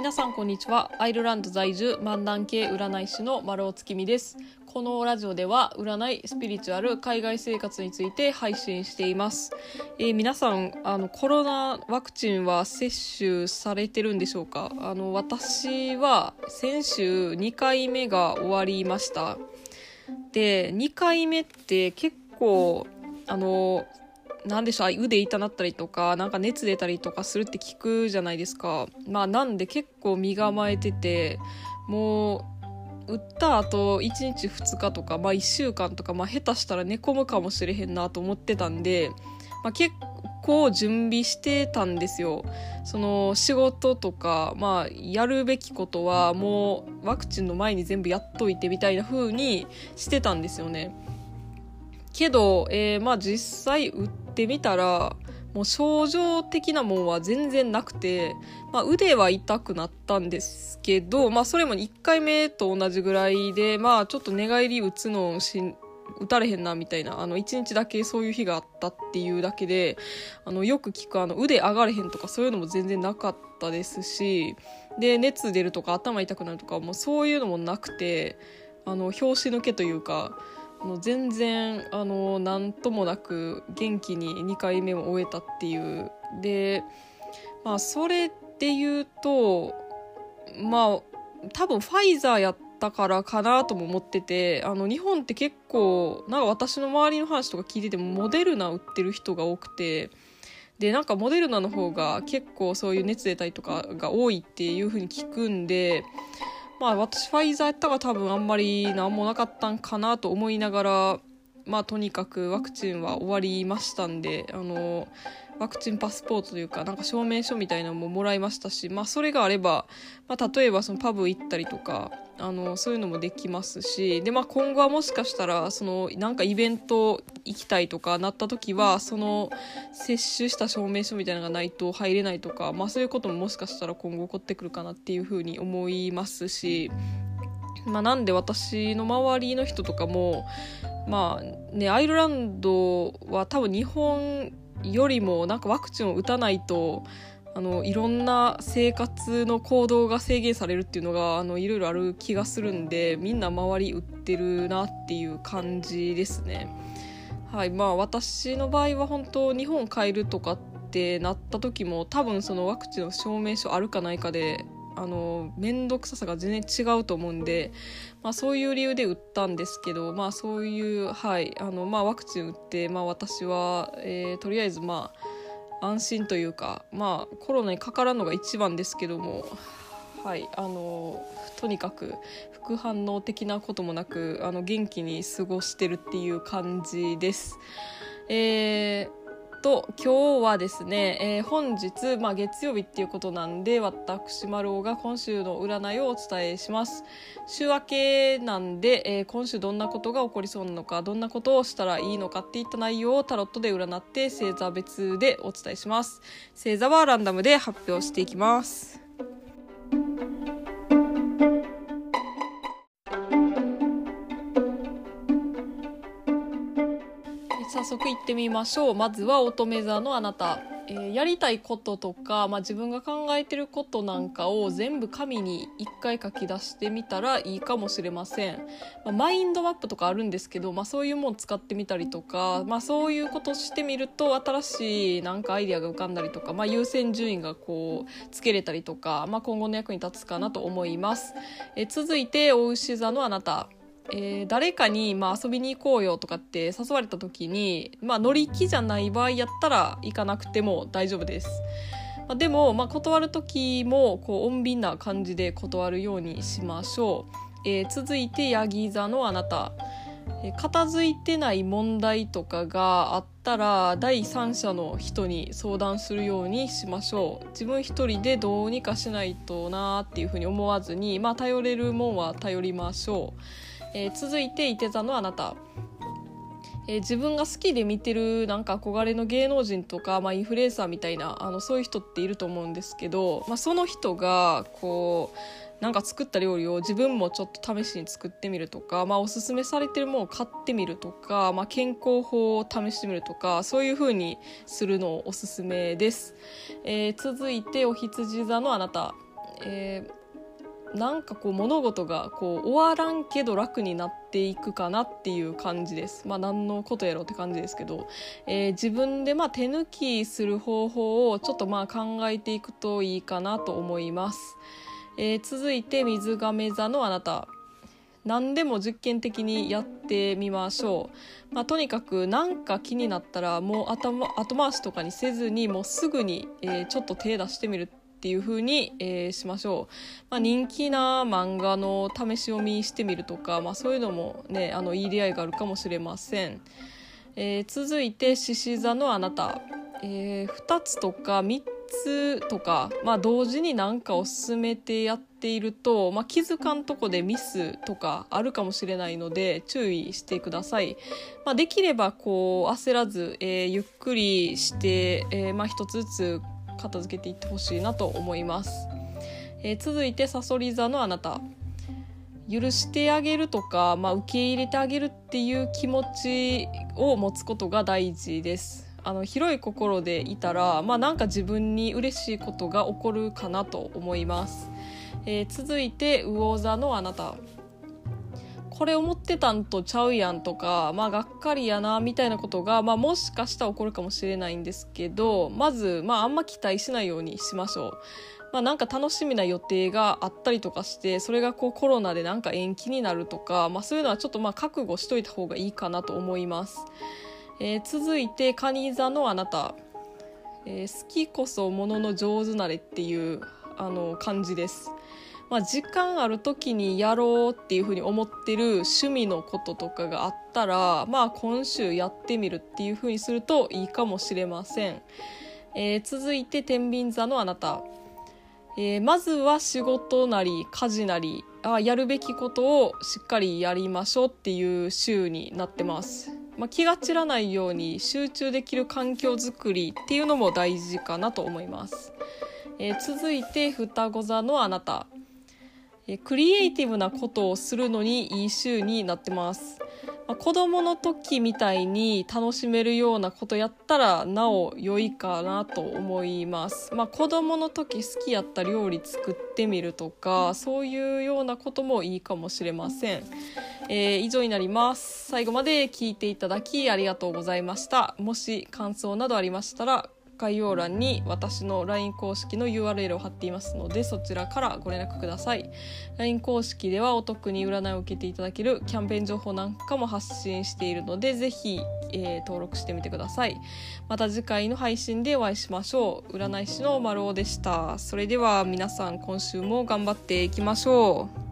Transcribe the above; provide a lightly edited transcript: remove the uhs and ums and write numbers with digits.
皆さんこんにちは。アイルランド在住漫談系占い師の丸尾月見です。このラジオでは占い、スピリチュアル、海外生活について配信しています。皆さんコロナワクチンは接種されてるんでしょうか？私は先週2回目が終わりました。で2回目って結構なんでしょう、腕痛なったりとかなんか熱出たりとかするって聞くじゃないですか。なんで結構身構えてて、もう打った後1日2日とか、1週間とか、下手したら寝込むかもしれへんなと思ってたんで、結構準備してたんですよ。その仕事とか、やるべきことはもうワクチンの前に全部やっといてみたいな風にしてたんですよね。けど、実際打ってみたらもう症状的なもんは全然なくて、腕は痛くなったんですけど、それも1回目と同じぐらいで、ちょっと寝返り打つの打たれへんなみたいな、1日だけそういう日があったっていうだけで、よく聞く腕上がれへんとかそういうのも全然なかったですし、熱出るとか頭痛くなるとかもそういうのもなくて、拍子抜けというか全然なんともなく元気に2回目を終えたっていう。でそれで言うと多分ファイザーやったからかなとも思ってて、日本って結構なんか私の周りの話とか聞いててもモデルナ打ってる人が多くて、でなんかモデルナの方が結構そういう熱出たりとかが多いっていう風に聞くんで、私ファイザーやったから多分あんまりなんもなかったんかなと思いながら、とにかくワクチンは終わりましたんで、ワクチンパスポートというかなんか証明書みたいなのももらいましたし、それがあれば、例えばそのパブ行ったりとかそういうのもできますし、で、今後はもしかしたらそのなんかイベント行きたいとかなった時はその接種した証明書みたいなのがないと入れないとか、そういうことももしかしたら今後起こってくるかなっていうふうに思いますし、なんで私の周りの人とかもアイルランドは多分日本よりもなんかワクチンを打たないといろんな生活の行動が制限されるっていうのがいろいろある気がするんで、みんな周り打ってるなっていう感じですね。はい、私の場合は本当日本帰るとかってなった時も多分そのワクチンの証明書あるかないかで面倒くささが全然違うと思うんで、そういう理由で打ったんですけど、そういう、ワクチン打って、私は、とりあえず安心というか、コロナにかからんのが一番ですけども、とにかく副反応的なこともなく元気に過ごしてるっていう感じです。今日はですね、本日、月曜日っていうことなんで、私丸尾が今週の占いをお伝えします。週明けなんで、今週どんなことが起こりそうなのか、どんなことをしたらいいのかっていった内容をタロットで占って星座別でお伝えします。星座はランダムで発表していきます。早速行ってみましょう。まずは乙女座のあなた、やりたいこととか、自分が考えてることなんかを全部紙に一回書き出してみたらいいかもしれません。マインドマップとかあるんですけど、そういうもの使ってみたりとか、そういうことしてみると新しいなんかアイデアが浮かんだりとか、優先順位がこうつけれたりとか、今後の役に立つかなと思います。続いて牡牛座のあなた、誰かに遊びに行こうよとかって誘われた時に、乗り気じゃない場合やったら行かなくても大丈夫です。でも、断る時もこう穏便な感じで断るようにしましょう。続いてヤギ座のあなた、片付いてない問題とかがあったら第三者の人に相談するようにしましょう。自分一人でどうにかしないとなっていうふうに思わずに、頼れるもんは頼りましょう。続いていて座のあなた、自分が好きで見てるなんか憧れの芸能人とか、インフルエンサーみたいなそういう人っていると思うんですけど、その人がこうなんか作った料理を自分もちょっと試しに作ってみるとか、おすすめされてるものを買ってみるとか、健康法を試してみるとか、そういう風にするのをおすすめです。続いてお羊座のあなた、 なんかこう物事がこう終わらんけど楽になっていくかなっていう感じです。何のことやろうって感じですけど、自分で手抜きする方法をちょっと考えていくといいかなと思います。続いて水亀座のあなた、何でも実験的にやってみましょう。とにかく何か気になったらもう後回しとかにせずにもうすぐに、ちょっと手出してみるっていう風に、しましょう。人気な漫画の試し読みしてみるとか、そういうのもねいい出会いがあるかもしれません。続いて獅子座のあなた、2つとか3つとか、同時に何かを進めてやっていると、気づかんとこでミスとかあるかもしれないので注意してください。できればこう焦らず、ゆっくりして、一つずつ片付けていってほしいなと思います。続いて蠍座のあなた、許してあげるとか、受け入れてあげるっていう気持ちを持つことが大事です。広い心でいたら、なんか自分に嬉しいことが起こるかなと思います。続いて魚座のあなた、これ思ってたんとちゃうやんとか、がっかりやなみたいなことが、もしかしたら起こるかもしれないんですけど、まず、あんま期待しないようにしましょう。なんか楽しみな予定があったりとかして、それがこうコロナでなんか延期になるとか、そういうのはちょっと覚悟しといた方がいいかなと思います。続いて蟹座のあなた、好きこそものの上手なれっていう感じです。時間ある時にやろうっていう風に思ってる趣味のこととかがあったら、今週やってみるっていう風にするといいかもしれません。続いて天秤座のあなた、まずは仕事なり家事なりやるべきことをしっかりやりましょうっていう週になってます。気が散らないように集中できる環境づくりっていうのも大事かなと思います。続いて双子座のあなた、クリエイティブなことをするのにいい週になってます。子供の時みたいに楽しめるようなことやったらなお良いかなと思います。子供の時好きやった料理作ってみるとか、そういうようなこともいいかもしれません。以上になります。最後まで聞いていただきありがとうございました。もし感想などありましたら概要欄に私の LINE 公式の URL を貼っていますので、そちらからご連絡ください。 LINE 公式ではお得に占いを受けていただけるキャンペーン情報なんかも発信しているので、ぜひ、登録してみてください。また次回の配信でお会いしましょう。占い師のまるおでした。それでは皆さん、今週も頑張っていきましょう。